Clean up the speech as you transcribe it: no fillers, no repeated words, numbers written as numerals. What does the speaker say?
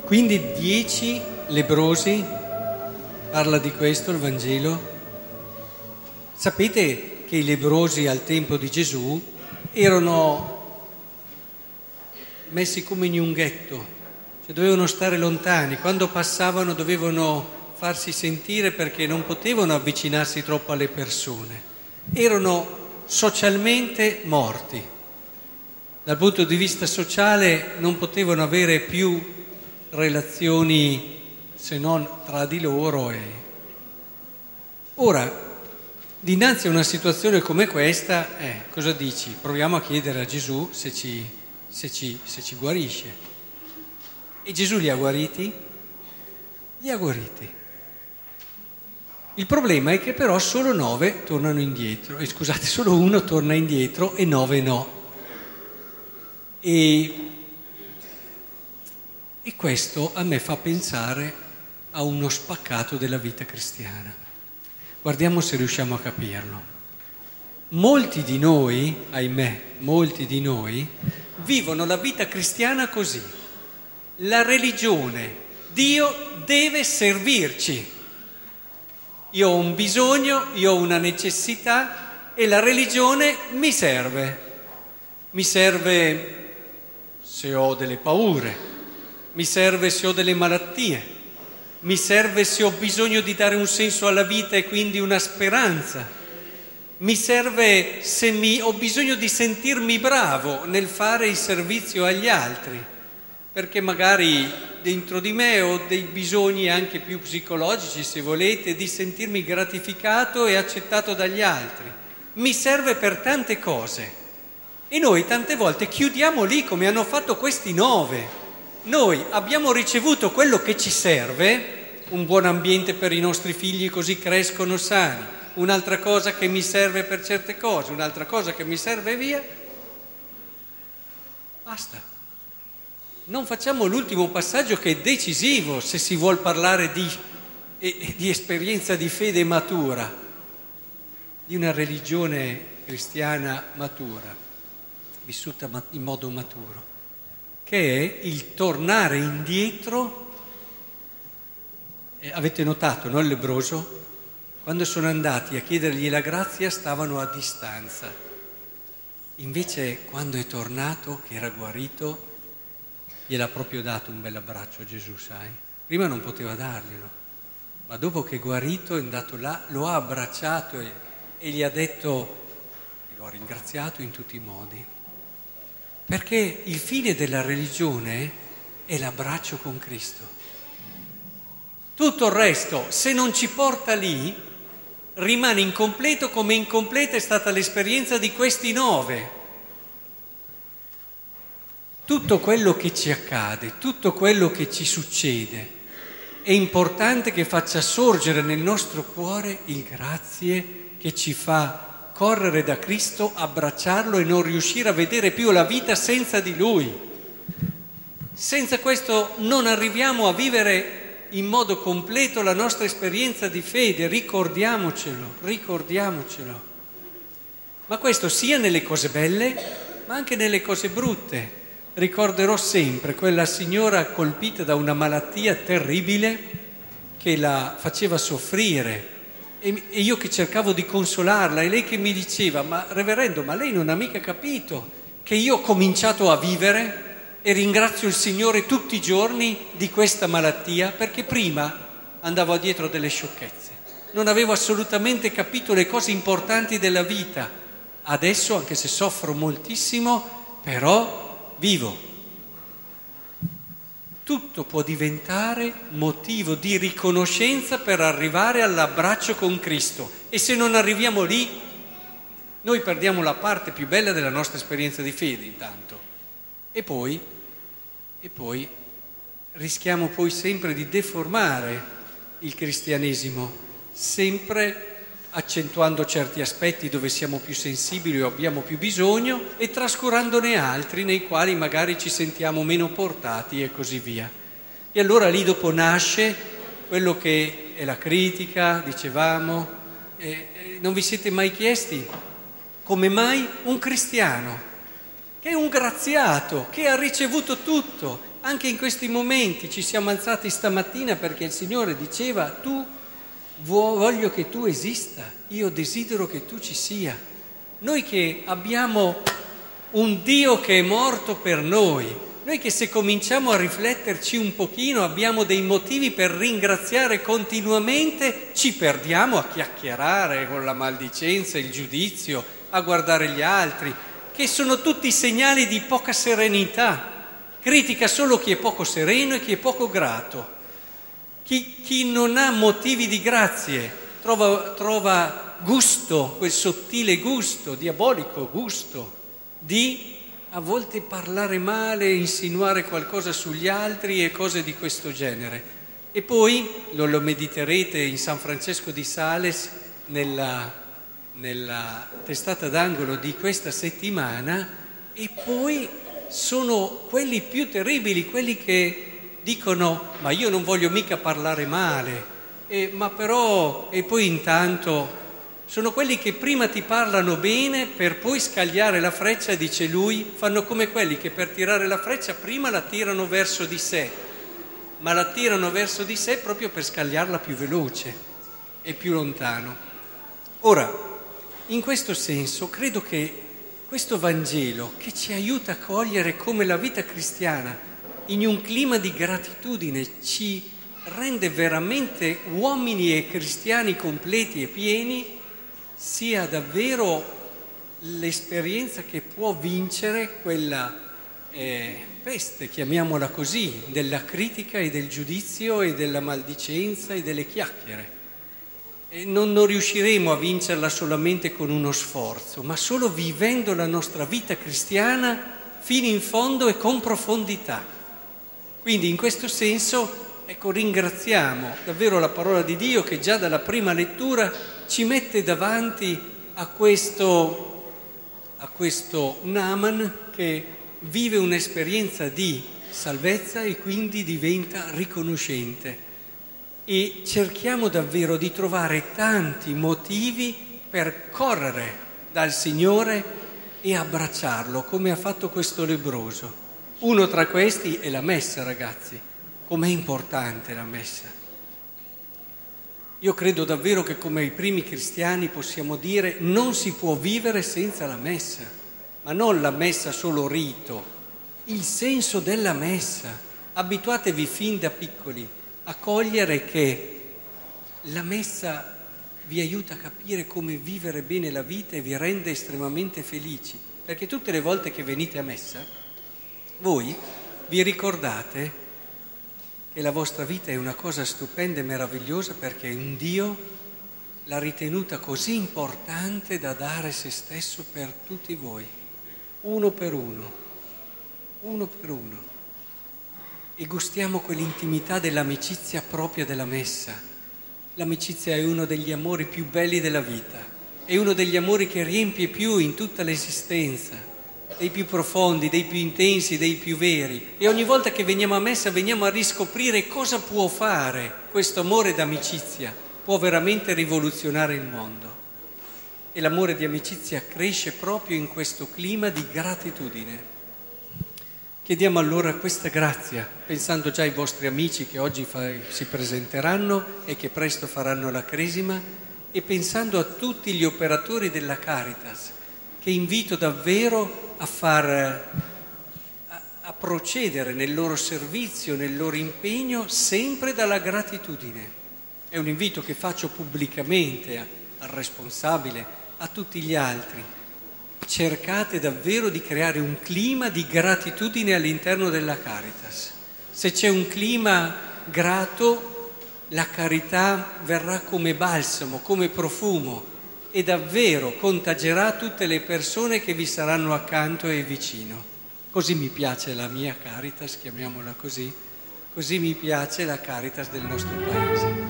Quindi 10 lebbrosi, parla di questo il Vangelo. Sapete che i lebbrosi al tempo di Gesù erano messi come in un ghetto, cioè dovevano stare lontani, quando passavano dovevano farsi sentire perché non potevano avvicinarsi troppo alle persone, erano socialmente morti, dal punto di vista sociale non potevano avere più relazioni se non tra di loro. Ora, dinanzi a una situazione come questa, cosa dici? Proviamo a chiedere a Gesù se ci guarisce. E Gesù li ha guariti? Li ha guariti. Il problema è che però solo 9 tornano indietro, solo 1 torna indietro e 9 no. E questo a me fa pensare a uno spaccato della vita cristiana. Guardiamo se riusciamo a capirlo. Molti di noi, ahimè, vivono la vita cristiana così. La religione, Dio deve servirci. Io ho un bisogno, io ho una necessità e la religione mi serve. Mi serve se ho delle paure. Mi serve se ho delle malattie, mi serve se ho bisogno di dare un senso alla vita e quindi una speranza, mi serve se ho bisogno di sentirmi bravo nel fare il servizio agli altri, perché magari dentro di me ho dei bisogni anche più psicologici, se volete, di sentirmi gratificato e accettato dagli altri. Mi serve per tante cose e noi tante volte chiudiamo lì come hanno fatto questi 9. Noi abbiamo ricevuto quello che ci serve, un buon ambiente per i nostri figli così crescono sani, un'altra cosa che mi serve per certe cose, un'altra cosa che mi serve via. Basta. Non facciamo l'ultimo passaggio che è decisivo se si vuol parlare di esperienza di fede matura, di una religione cristiana matura, vissuta in modo maturo, che è il tornare indietro. Avete notato, no, il lebbroso? Quando sono andati a chiedergli la grazia stavano a distanza. Invece quando è tornato, che era guarito, gliel'ha proprio dato un bel abbraccio a Gesù, sai? Prima non poteva darglielo, ma dopo che è guarito è andato là, lo ha abbracciato e gli ha detto, e lo ha ringraziato in tutti i modi. Perché il fine della religione è l'abbraccio con Cristo. Tutto il resto, se non ci porta lì, rimane incompleto come incompleta è stata l'esperienza di questi 9. Tutto quello che ci accade, tutto quello che ci succede, è importante che faccia sorgere nel nostro cuore il grazie che ci fa correre da Cristo, abbracciarlo e non riuscire a vedere più la vita senza di Lui. Senza questo non arriviamo a vivere in modo completo la nostra esperienza di fede, ricordiamocelo. Ma questo sia nelle cose belle, ma anche nelle cose brutte. Ricorderò sempre quella signora colpita da una malattia terribile che la faceva soffrire. E io che cercavo di consolarla e lei che mi diceva, ma reverendo, ma lei non ha mica capito che io ho cominciato a vivere e ringrazio il Signore tutti i giorni di questa malattia perché prima andavo dietro delle sciocchezze, non avevo assolutamente capito le cose importanti della vita. Adesso, anche se soffro moltissimo, però vivo. Tutto può diventare motivo di riconoscenza per arrivare all'abbraccio con Cristo. E se non arriviamo lì, noi perdiamo la parte più bella della nostra esperienza di fede intanto. E poi rischiamo poi sempre di deformare il cristianesimo, sempre accentuando certi aspetti dove siamo più sensibili o abbiamo più bisogno e trascurandone altri nei quali magari ci sentiamo meno portati e così via. E allora lì dopo nasce quello che è la critica, dicevamo. Non vi siete mai chiesti come mai un cristiano, che è un graziato, che ha ricevuto tutto, Anche in questi momenti ci siamo alzati stamattina perché il Signore diceva: voglio che tu esista, io desidero che tu ci sia. Noi che abbiamo un Dio che è morto per noi, noi che se cominciamo a rifletterci un pochino abbiamo dei motivi per ringraziare continuamente, ci perdiamo a chiacchierare con la maldicenza, il giudizio, a guardare gli altri, che sono tutti segnali di poca serenità. Critica solo chi è poco sereno e chi è poco grato. Chi non ha motivi di grazie trova gusto, quel sottile gusto, diabolico gusto, di a volte parlare male, insinuare qualcosa sugli altri e cose di questo genere. E poi lo mediterete in San Francesco di Sales, nella testata d'angolo di questa settimana, e poi sono quelli più terribili, quelli che dicono: ma io non voglio mica parlare male, e poi intanto sono quelli che prima ti parlano bene per poi scagliare la freccia, dice lui, fanno come quelli che per tirare la freccia prima la tirano verso di sé, ma la tirano verso di sé proprio per scagliarla più veloce e più lontano. Ora, in questo senso credo che questo Vangelo, che ci aiuta a cogliere come la vita cristiana in un clima di gratitudine ci rende veramente uomini e cristiani completi e pieni, sia davvero l'esperienza che può vincere quella peste, chiamiamola così, della critica e del giudizio e della maldicenza e delle chiacchiere. E non riusciremo a vincerla solamente con uno sforzo, ma solo vivendo la nostra vita cristiana fino in fondo e con profondità. Quindi in questo senso, ringraziamo davvero la parola di Dio che già dalla prima lettura ci mette davanti a questo Naaman che vive un'esperienza di salvezza e quindi diventa riconoscente. E cerchiamo davvero di trovare tanti motivi per correre dal Signore e abbracciarlo, come ha fatto questo lebbroso. Uno tra questi è la messa, ragazzi. Com'è importante la messa. Io credo davvero che come i primi cristiani possiamo dire: non si può vivere senza la messa, ma non la messa solo rito, il senso della messa. Abituatevi fin da piccoli a cogliere che la messa vi aiuta a capire come vivere bene la vita e vi rende estremamente felici, perché tutte le volte che venite a messa voi vi ricordate che la vostra vita è una cosa stupenda e meravigliosa perché un Dio l'ha ritenuta così importante da dare se stesso per tutti voi, uno per uno. E gustiamo quell'intimità dell'amicizia propria della messa. L'amicizia è uno degli amori più belli della vita, è uno degli amori che riempie più in tutta l'esistenza, dei più profondi, dei più intensi, dei più veri. E ogni volta che veniamo a messa veniamo a riscoprire cosa può fare questo amore d'amicizia, può veramente rivoluzionare il mondo. E l'amore di amicizia cresce proprio in questo clima di gratitudine. Chiediamo allora questa grazia, pensando già ai vostri amici che oggi si presenteranno e che presto faranno la cresima, e pensando a tutti gli operatori della Caritas, che invito davvero a procedere nel loro servizio, nel loro impegno, sempre dalla gratitudine. È un invito che faccio pubblicamente al responsabile, a tutti gli altri. Cercate davvero di creare un clima di gratitudine all'interno della Caritas. Se c'è un clima grato, la carità verrà come balsamo, come profumo, e davvero contagerà tutte le persone che vi saranno accanto e vicino. Così mi piace la mia Caritas, chiamiamola così mi piace la Caritas del nostro Paese.